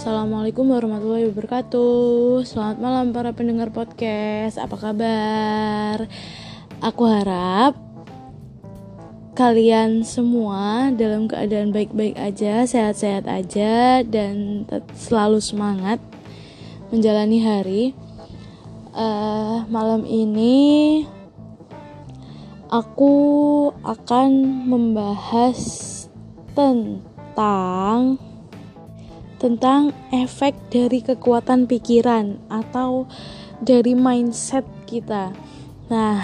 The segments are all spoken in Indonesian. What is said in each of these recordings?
Assalamualaikum warahmatullahi wabarakatuh. Selamat malam para pendengar podcast. Apa kabar? Aku harap kalian semua dalam keadaan baik-baik aja, sehat-sehat aja, dan selalu semangat menjalani hari. Malam ini aku akan membahas tentang efek dari kekuatan pikiran atau dari mindset kita. Nah,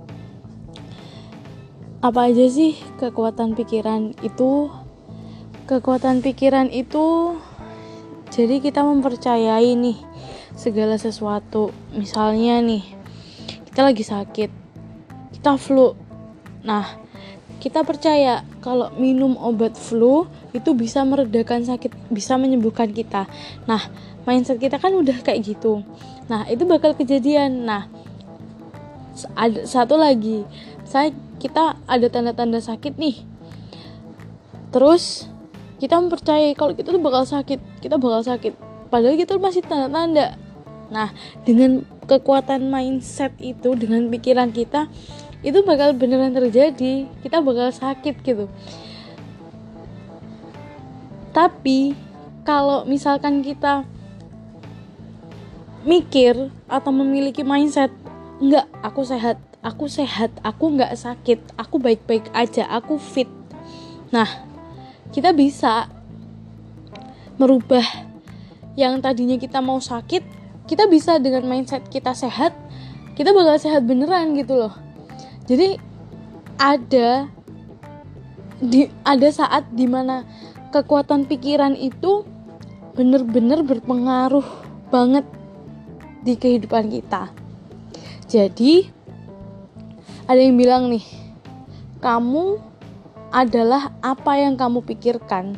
apa aja sih kekuatan pikiran itu? Kekuatan pikiran itu jadi kita mempercayai nih segala sesuatu. Misalnya nih, kita lagi sakit, kita flu. Nah, kita percaya kalau minum obat flu itu bisa meredakan sakit, bisa menyembuhkan kita. Nah, mindset kita kan udah kayak gitu. Nah, itu bakal kejadian. Nah, ada satu lagi, kita ada tanda-tanda sakit nih. Terus kita mempercayai kalau kita tuh bakal sakit, kita bakal sakit. Padahal kita masih tanda-tanda. Nah, dengan kekuatan mindset itu, dengan pikiran kita, itu bakal beneran terjadi, kita bakal sakit gitu. Tapi kalau misalkan kita mikir atau memiliki mindset, enggak, aku sehat, aku enggak sakit, aku baik-baik aja, aku fit. Nah, kita bisa merubah yang tadinya kita mau sakit, kita bisa dengan mindset kita sehat, kita bakal sehat beneran gitu loh. Jadi ada saat dimana kekuatan pikiran itu benar-benar berpengaruh banget di kehidupan kita. Jadi ada yang bilang nih, kamu adalah apa yang kamu pikirkan.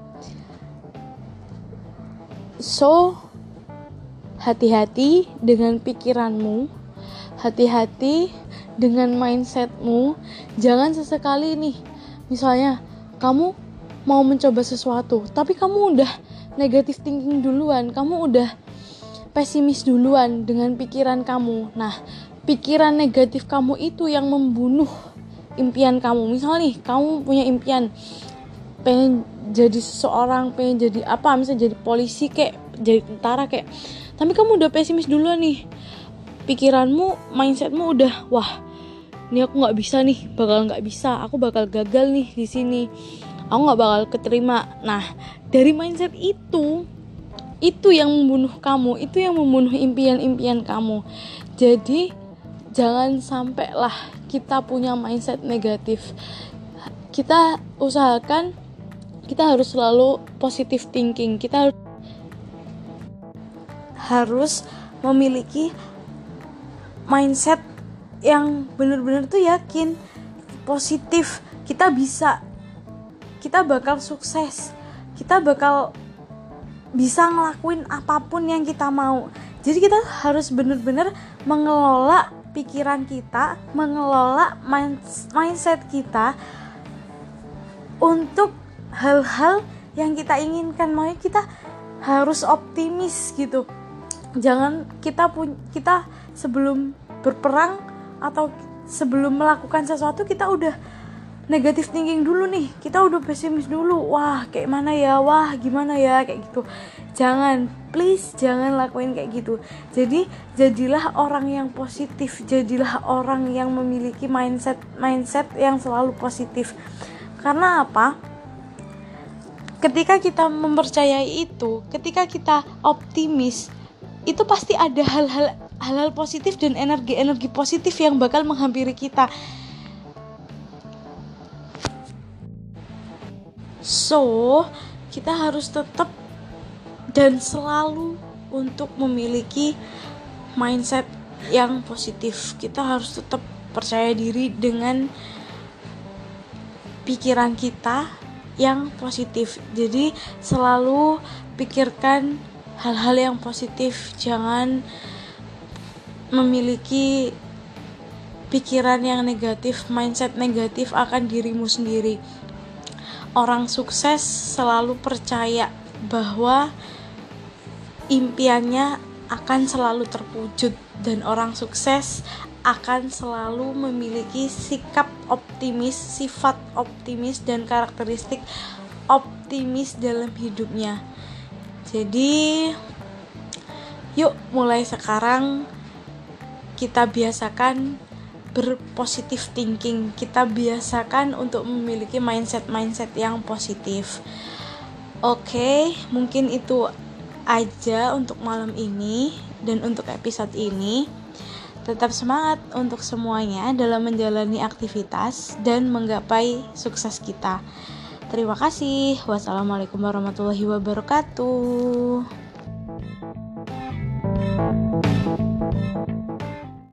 So, hati-hati dengan pikiranmu, hati-hati dengan mindsetmu. Jangan sesekali nih, misalnya kamu mau mencoba sesuatu, tapi kamu udah negative thinking duluan, kamu udah pesimis duluan dengan pikiran kamu. Nah, pikiran negatif kamu itu yang membunuh impian kamu. Misalnya nih, kamu punya impian pengen jadi seseorang, pengen jadi apa, misalnya jadi polisi kayak, jadi tentara kayak, tapi kamu udah pesimis duluan nih. Pikiranmu, mindsetmu udah, wah, ini aku nggak bisa nih, bakal nggak bisa, aku bakal gagal nih di sini, aku nggak bakal keterima. Nah, dari mindset itu yang membunuh kamu, itu yang membunuh impian-impian kamu. Jadi jangan sampai lah kita punya mindset negatif. Kita usahakan kita harus selalu positive thinking. Kita harus memiliki mindset yang benar-benar tuh yakin, positif, kita bisa, kita bakal sukses, kita bakal bisa ngelakuin apapun yang kita mau. Jadi kita harus benar-benar mengelola pikiran kita, mengelola mindset kita untuk hal-hal yang kita inginkan. Makanya kita harus optimis gitu. Jangan kita sebelum berperang atau sebelum melakukan sesuatu kita udah negative thinking dulu nih, kita udah pesimis dulu, wah kayak mana ya, wah gimana ya, kayak gitu. Jangan, please jangan lakuin kayak gitu. Jadi jadilah orang yang positif, jadilah orang yang memiliki mindset yang selalu positif. Karena apa? Ketika kita mempercayai itu, ketika kita optimis, itu pasti ada hal-hal positif dan energi positif yang bakal menghampiri kita. So, kita harus tetap dan selalu untuk memiliki mindset yang positif. Kita harus tetap percaya diri dengan pikiran kita yang positif. Jadi selalu pikirkan hal-hal yang positif. Jangan memiliki pikiran yang negatif, mindset negatif akan dirimu sendiri. Orang sukses selalu percaya bahwa impiannya akan selalu terwujud dan orang sukses akan selalu memiliki sikap optimis, sifat optimis dan karakteristik optimis dalam hidupnya. Jadi yuk mulai sekarang kita biasakan berpositif thinking, kita biasakan untuk memiliki mindset yang positif. Oke, mungkin itu aja untuk malam ini dan untuk episode ini. Tetap semangat untuk semuanya dalam menjalani aktivitas dan menggapai sukses kita. Terima kasih. Wassalamualaikum warahmatullahi wabarakatuh.